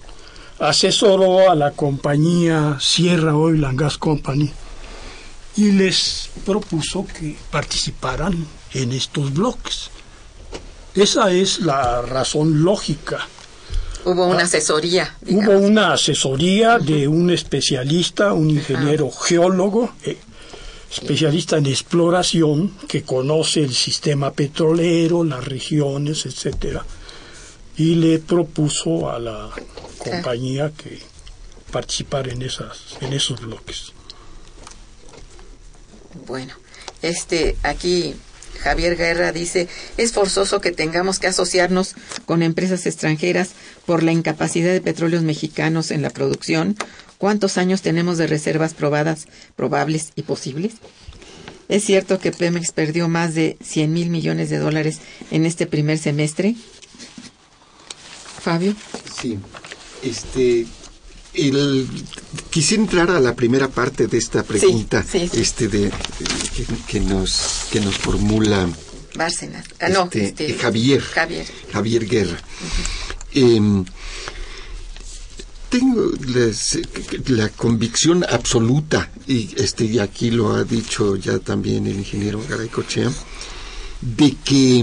asesoró a la compañía Sierra Oil and Gas Company y les propuso que participaran en estos bloques. Esa es la razón lógica. Hubo una asesoría. Digamos. Hubo una asesoría uh-huh. de un especialista, un ingeniero uh-huh. geólogo, eh, especialista en exploración, que conoce el sistema petrolero, las regiones, etcétera, y le propuso a la compañía que participara en esas, en esos bloques. Bueno, este, aquí Javier Guerra dice, es forzoso que tengamos que asociarnos con empresas extranjeras por la incapacidad de petróleos mexicanos en la producción. ¿Cuántos años tenemos de reservas probadas, probables y posibles? ¿Es cierto que Pemex perdió más de cien mil millones de dólares en este primer semestre? Fabio. Sí, este, el, quisiera entrar a la primera parte de esta pregunta, sí, sí, sí. este, de, de que, que nos que nos formula Bárcenas, ah, no, este, este, Javier, Javier, Javier Guerra. Uh-huh. Eh, tengo les, la convicción absoluta, y este y aquí lo ha dicho ya también el ingeniero Garaycochea, de que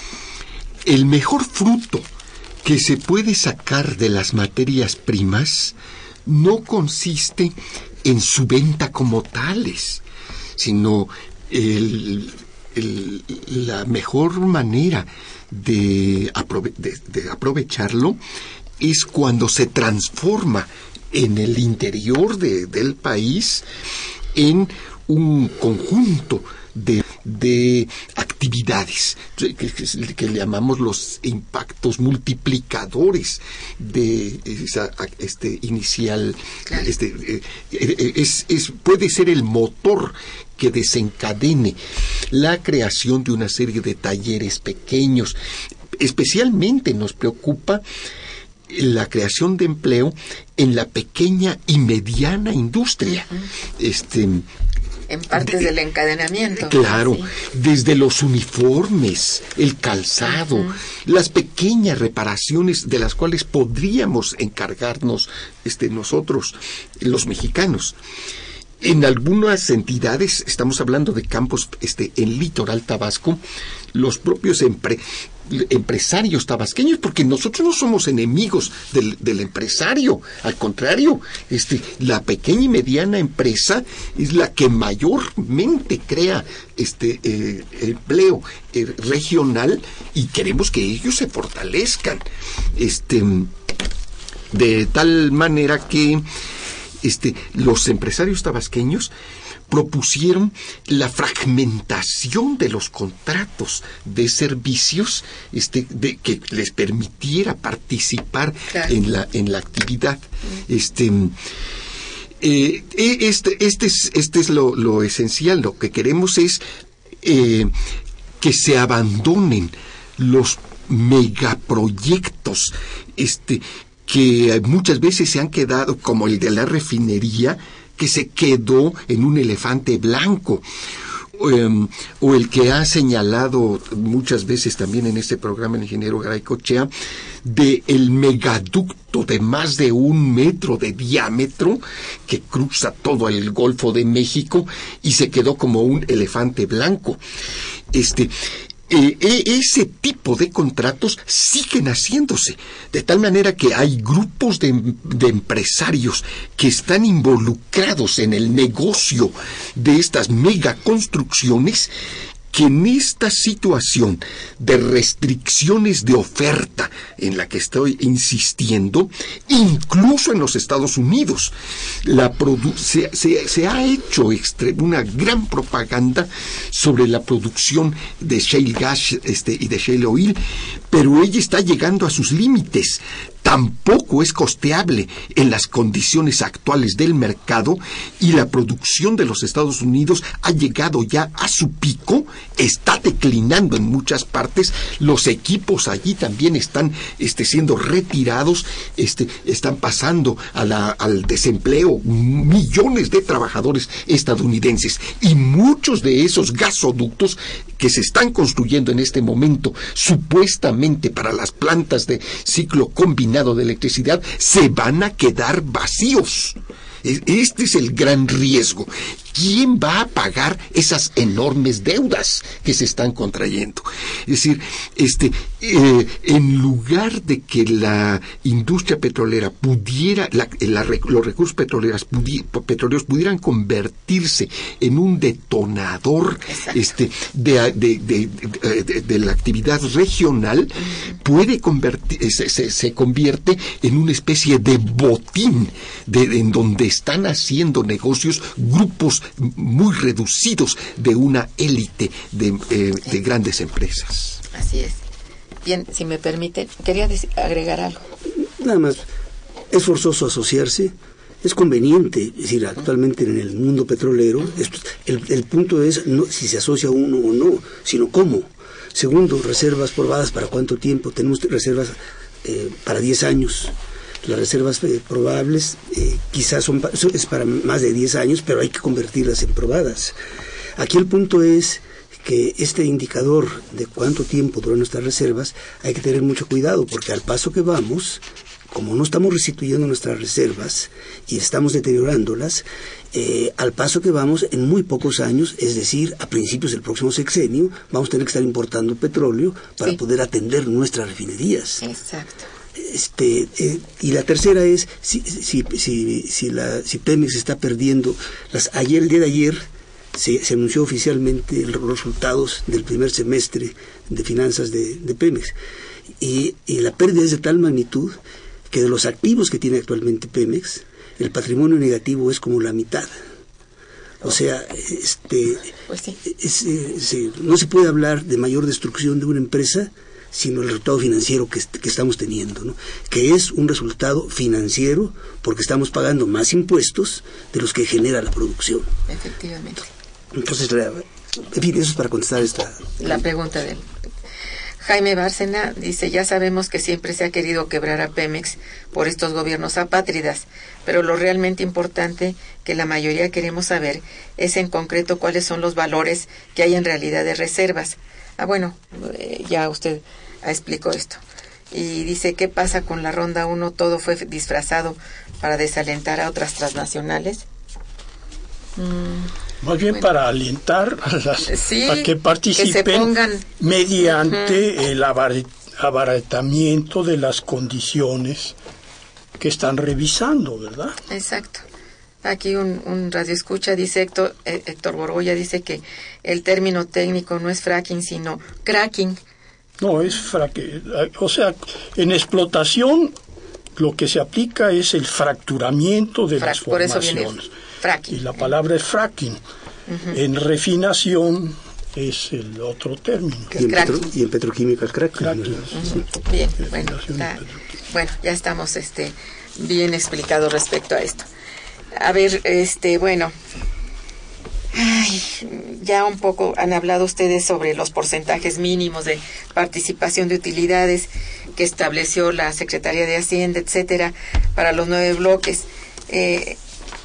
el mejor fruto que se puede sacar de las materias primas no consiste en su venta como tales, sino el, el, la mejor manera de, aprove- de, de aprovecharlo es cuando se transforma en el interior de, del país en un conjunto de, de actividades que, que, que le llamamos los impactos multiplicadores de esa este inicial, claro. este eh, es, es puede ser el motor que desencadene la creación de una serie de talleres pequeños. Especialmente nos preocupa la creación de empleo en la pequeña y mediana industria. Uh-huh. Este en partes de, del encadenamiento. Claro, sí. Desde los uniformes, el calzado, uh-huh. las pequeñas reparaciones de las cuales podríamos encargarnos este, nosotros, los mexicanos. En algunas entidades, estamos hablando de campos este, en litoral Tabasco, los propios empre, empresarios tabasqueños, porque nosotros no somos enemigos del, del empresario, al contrario, este, la pequeña y mediana empresa es la que mayormente crea este eh, empleo eh, regional, y queremos que ellos se fortalezcan, este, de tal manera que Este, los empresarios tabasqueños propusieron la fragmentación de los contratos de servicios este, de, que les permitiera participar claro. en la en la actividad. Este, eh, este, este es, este es lo, lo esencial. Lo que queremos es eh, que se abandonen los megaproyectos, este, que muchas veces se han quedado, como el de la refinería, que se quedó en un elefante blanco, um, o el que ha señalado muchas veces también en este programa el ingeniero Garaycochea, de el megaducto de más de un metro de diámetro que cruza todo el Golfo de México y se quedó como un elefante blanco. Este... Eh, ese tipo de contratos siguen haciéndose, de tal manera que hay grupos de, de empresarios que están involucrados en el negocio de estas megaconstrucciones, que en esta situación de restricciones de oferta en la que estoy insistiendo, incluso en los Estados Unidos, la produ- se, se, se ha hecho extre- una gran propaganda sobre la producción de shale gas este, y de shale oil, pero ella está llegando a sus límites. Tampoco es costeable en las condiciones actuales del mercado, y la producción de los Estados Unidos ha llegado ya a su pico, está declinando en muchas partes, los equipos allí también están este, siendo retirados, este, están pasando a la, al desempleo millones de trabajadores estadounidenses, y muchos de esos gasoductos que se están construyendo en este momento, supuestamente para las plantas de ciclo combinado de electricidad, se van a quedar vacíos. Este es el gran riesgo. ¿Quién va a pagar esas enormes deudas que se están contrayendo? Es decir, este, eh, en lugar de que la industria petrolera pudiera, la, la, los recursos petroleros, pudi, petroleros pudieran convertirse en un detonador este, de, de, de, de, de, de la actividad regional, puede convertir se, se, se convierte en una especie de botín de, de, en donde están haciendo negocios grupos muy reducidos de una élite de, eh, de grandes empresas. Así es. Bien, si me permite, quería decir, agregar algo. Nada más, es forzoso asociarse, es conveniente, es decir, actualmente en el mundo petrolero, esto, el, el punto es no si se asocia uno o no, sino cómo. Segundo, reservas probadas para cuánto tiempo. Tenemos reservas eh, para diez años. Las reservas eh, probables eh, quizás son pa- es para más de diez años, pero hay que convertirlas en probadas. Aquí el punto es que este indicador de cuánto tiempo duran nuestras reservas hay que tener mucho cuidado, porque al paso que vamos, como no estamos restituyendo nuestras reservas y estamos deteriorándolas, eh, al paso que vamos, en muy pocos años, es decir, a principios del próximo sexenio, vamos a tener que estar importando petróleo para sí. poder atender nuestras refinerías. Exacto. Este, eh, y la tercera es, si, si, si, si, la, si Pemex está perdiendo, las, ayer, el día de ayer, se, se anunció oficialmente los resultados del primer semestre de finanzas de, de Pemex. Y, y la pérdida es de tal magnitud que de los activos que tiene actualmente Pemex, el patrimonio negativo es como la mitad. O sea, este, pues sí. es, es, no se puede hablar de mayor destrucción de una empresa sino el resultado financiero que, que estamos teniendo, ¿no? Que es un resultado financiero porque estamos pagando más impuestos de los que genera la producción. Efectivamente. Entonces, la, en fin, eso es para contestar esta... La pregunta de él. Jaime Bárcena dice, ya sabemos que siempre se ha querido quebrar a Pemex por estos gobiernos apátridas, pero lo realmente importante que la mayoría queremos saber es en concreto cuáles son los valores que hay en realidad de reservas. Ah, bueno, eh, ya usted explicó esto. Y dice, ¿qué pasa con la Ronda uno? ¿Todo fue disfrazado para desalentar a otras transnacionales? Mm. Más bien bueno. para alentar a, las, sí, a que participen que se pongan... mediante uh-huh. el abaratamiento de las condiciones que están revisando, ¿verdad? Exacto. Aquí un, un radioescucha dice, Héctor, Héctor Borgoya dice que el término técnico no es fracking, sino cracking. No, es fracking. O sea, en explotación lo que se aplica es el fracturamiento de Frac- las formaciones. Por eso viene fracking. Y la palabra es fracking. Uh-huh. En refinación es el otro término. Y en, petro, y en petroquímica es cracking. cracking. Uh-huh. Bien, bueno, está, bueno, ya estamos este, bien explicados respecto a esto. A ver, este, bueno, ay, ya un poco han hablado ustedes sobre los porcentajes mínimos de participación de utilidades que estableció la Secretaría de Hacienda, etcétera, para los nueve bloques. Eh,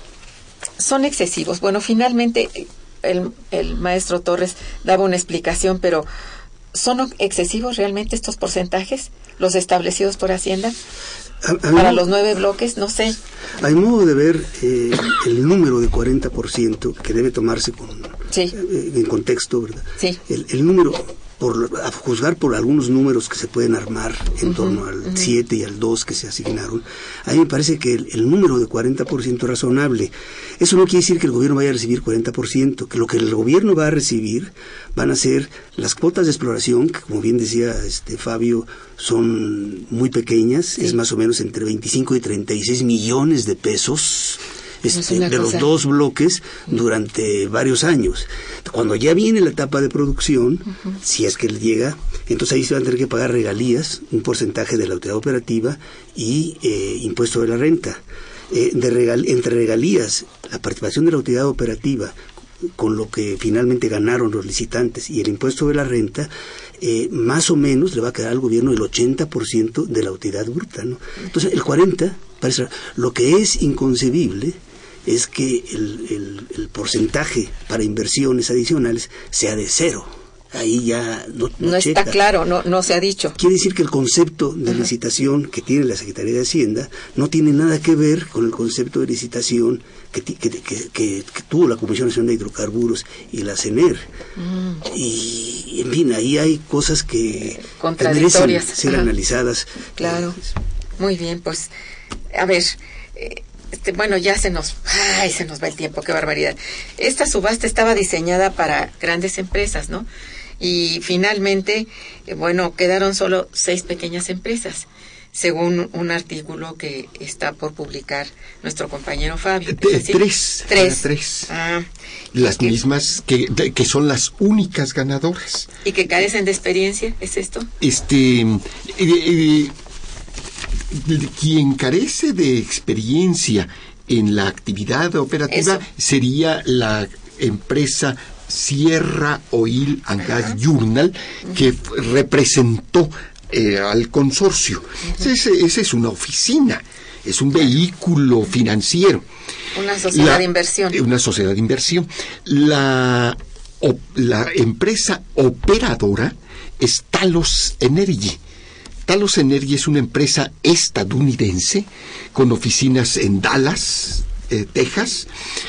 son excesivos. Bueno, finalmente el, el maestro Torres daba una explicación, pero ¿son excesivos realmente estos porcentajes, los establecidos por Hacienda? A, a para mí, los nueve bloques, no sé. A mi modo de ver, eh, el número de cuarenta por ciento que debe tomarse con, sí. eh, en contexto, ¿verdad? Sí. El, el número, por, a juzgar por algunos números que se pueden armar en uh-huh, torno al uh-huh. siete y al dos que se asignaron, a mí me parece que el, el número de cuarenta por ciento es razonable. Eso no quiere decir que el gobierno vaya a recibir cuarenta por ciento, que lo que el gobierno va a recibir van a ser las cuotas de exploración, que como bien decía este Fabio, son muy pequeñas, sí. es más o menos entre veinticinco y treinta y seis millones de pesos este, de cosa. los dos bloques durante varios años. Cuando ya viene la etapa de producción, uh-huh. si es que llega, entonces ahí se van a tener que pagar regalías, un porcentaje de la utilidad operativa y eh, impuesto de la renta. Eh, de regal, entre regalías, la participación de la utilidad operativa con lo que finalmente ganaron los licitantes y el impuesto de la renta, eh, más o menos le va a quedar al gobierno el ochenta por ciento de la utilidad bruta, ¿no? Entonces el cuarenta por ciento parece, lo que es inconcebible es que el, el, el porcentaje para inversiones adicionales sea de cero. Ahí ya no, no, no checa. Está claro, no, no se ha dicho. Quiere decir que el concepto de uh-huh. licitación que tiene la Secretaría de Hacienda no tiene nada que ver con el concepto de licitación que, que, que, que, que tuvo la Comisión Nacional de Hidrocarburos y la CENER. Uh-huh. Y, en fin, ahí hay cosas que, que merecen ser uh-huh. analizadas. Claro, muy bien, pues, a ver... Eh, Este, bueno, ya se nos, ay, se nos va el tiempo, qué barbaridad. Esta subasta estaba diseñada para grandes empresas, ¿no? Y finalmente, eh, bueno, quedaron solo seis pequeñas empresas, según un artículo que está por publicar nuestro compañero Fabio. ¿Es decir? Tres. Tres. Tres. Ah, las que, mismas que, de, que son las únicas ganadoras. ¿Y que carecen de experiencia? ¿Es esto? Este... Eh, eh, quien carece de experiencia en la actividad operativa Eso. sería la empresa Sierra Oil and Gas Journal, que uh-huh. representó eh, al consorcio. Uh-huh. Esa ese es una oficina, es un vehículo financiero. Una sociedad la, de inversión. Una sociedad de inversión. La, o, la empresa operadora es Talos Energy. Talos Energy es una empresa estadounidense con oficinas en Dallas, eh, Texas,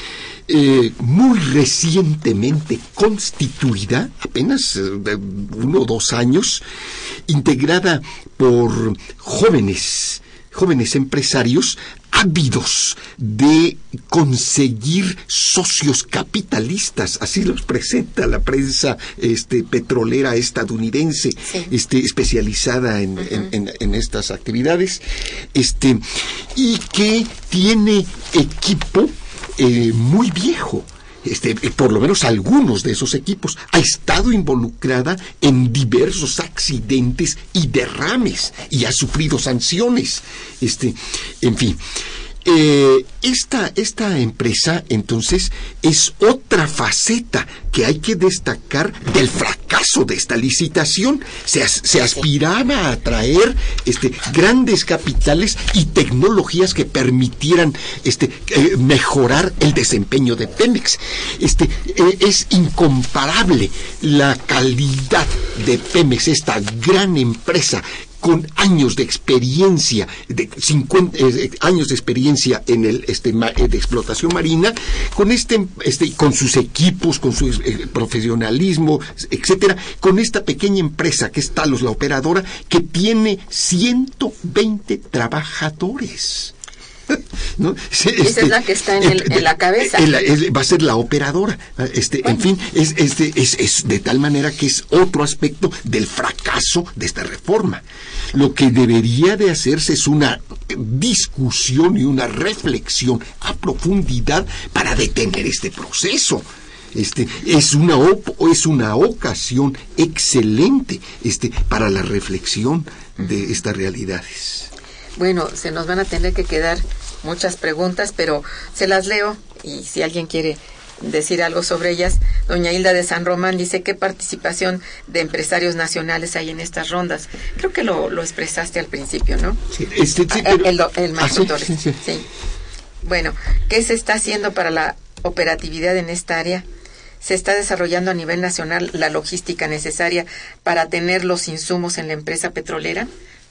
eh, muy recientemente constituida, apenas eh, uno o dos años, integrada por jóvenes, jóvenes empresarios ávidos de conseguir socios capitalistas, así los presenta la prensa este, petrolera estadounidense, sí. este, especializada en, uh-huh. en, en, en estas actividades, este, y que tiene equipo eh, muy viejo. Este, por lo menos algunos de esos equipos, ha estado involucrada en diversos accidentes y derrames y ha sufrido sanciones. Este, en fin, eh, esta, esta empresa entonces es otra faceta que hay que destacar del fracaso de esta licitación. Se, se aspiraba a atraer este, grandes capitales y tecnologías que permitieran este, eh, mejorar el desempeño de Pemex. Este, eh, es incomparable la calidad de Pemex, esta gran empresa con años de experiencia, de cincuenta eh, años de experiencia en el este ma, de explotación marina, con este, este con sus equipos, con su eh, profesionalismo, etcétera, con esta pequeña empresa que es Talos, la operadora, que tiene ciento veinte trabajadores. ¿No? Este, Esa es la que está en, el, en la cabeza. El, el, va a ser la operadora. Este, bueno. En fin, es, este, es, es de tal manera que es otro aspecto del fracaso de esta reforma. Lo que debería de hacerse es una discusión y una reflexión a profundidad para detener este proceso. Este, es una op- es una ocasión excelente este, para la reflexión de estas realidades. Bueno, se nos van a tener que quedar muchas preguntas, pero se las leo y si alguien quiere decir algo sobre ellas. Doña Hilda de San Román dice: ¿qué participación de empresarios nacionales hay en estas rondas? Creo que lo, lo expresaste al principio, ¿no? Sí, este, sí, pero... El, el, el maestro Torres. Sí, sí. Sí. Bueno, ¿qué se está haciendo para la operatividad en esta área? ¿Se está desarrollando a nivel nacional la logística necesaria para tener los insumos en la empresa petrolera?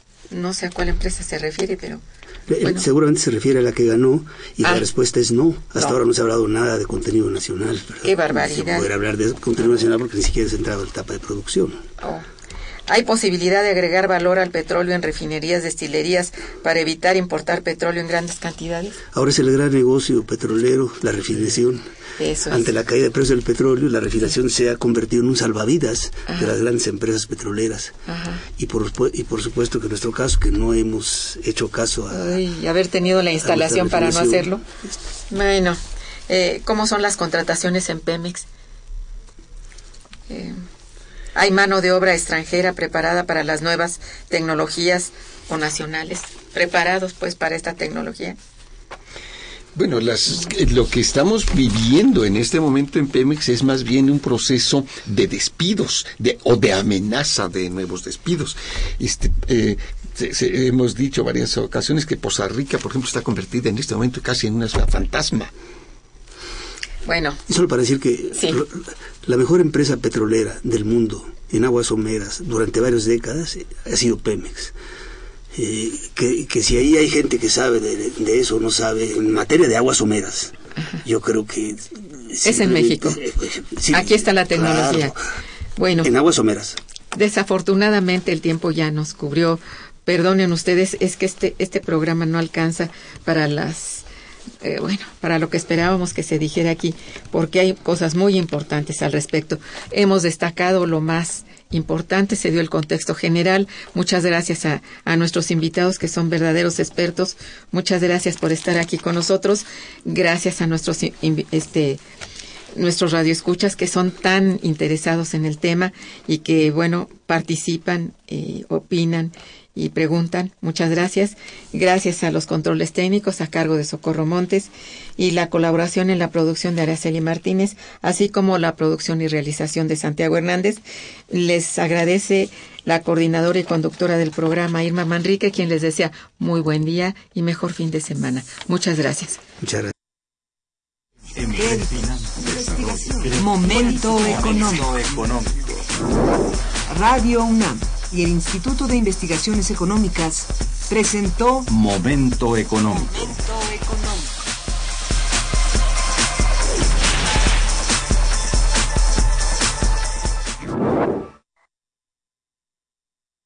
No sé a cuál empresa se refiere, pero... Bueno. Seguramente se refiere a la que ganó y ah, la respuesta es no. Hasta no. ahora no se ha hablado nada de contenido nacional. ¿Verdad? ¡Qué barbaridad! No se puede hablar de contenido nacional porque ni siquiera es entrado en la etapa de producción. Oh. ¿Hay posibilidad de agregar valor al petróleo en refinerías, destilerías, para evitar importar petróleo en grandes cantidades? Ahora es el gran negocio petrolero, la refinación. Eso es. Ante la caída del precio del petróleo, la refinación se ha convertido en un salvavidas Ajá. de las grandes empresas petroleras. Ajá. Y por y por supuesto que en nuestro caso, que no hemos hecho caso a... Ay, haber tenido la instalación para no hacerlo. Bueno, eh, ¿cómo son las contrataciones en Pemex? Eh, ¿Hay mano de obra extranjera preparada para las nuevas tecnologías o nacionales? ¿Preparados pues para esta tecnología? Bueno, las, lo que estamos viviendo en este momento en Pemex es más bien un proceso de despidos de, o de amenaza de nuevos despidos. Este, eh, se, se, hemos dicho varias ocasiones que Poza Rica, por ejemplo, está convertida en este momento casi en una ciudad fantasma. Bueno. Y solo para decir que sí. la mejor empresa petrolera del mundo en aguas someras durante varias décadas ha sido Pemex. Eh, que, que si ahí hay gente que sabe de, de eso o no sabe en materia de aguas someras, Ajá. yo creo que es en México. Eh, sí, aquí está la tecnología. Claro, bueno, en aguas someras. Desafortunadamente el tiempo ya nos cubrió. Perdonen ustedes, es que este este programa no alcanza para las eh, bueno, para lo que esperábamos que se dijera aquí, porque hay cosas muy importantes al respecto. Hemos destacado lo más importante, se dio el contexto general. Muchas gracias a, a nuestros invitados que son verdaderos expertos. Muchas gracias por estar aquí con nosotros. Gracias a nuestros este nuestros radioescuchas que son tan interesados en el tema y que, bueno, participan, eh, opinan y preguntan. Muchas gracias. Gracias a los controles técnicos a cargo de Socorro Montes y la colaboración en la producción de Araceli Martínez, así como la producción y realización de Santiago Hernández. Les agradece la coordinadora y conductora del programa, Irma Manrique, quien les desea muy buen día y mejor fin de semana. Muchas gracias. Muchas gracias. Momento económico. Radio UNAM y el Instituto de Investigaciones Económicas presentó Momento económico.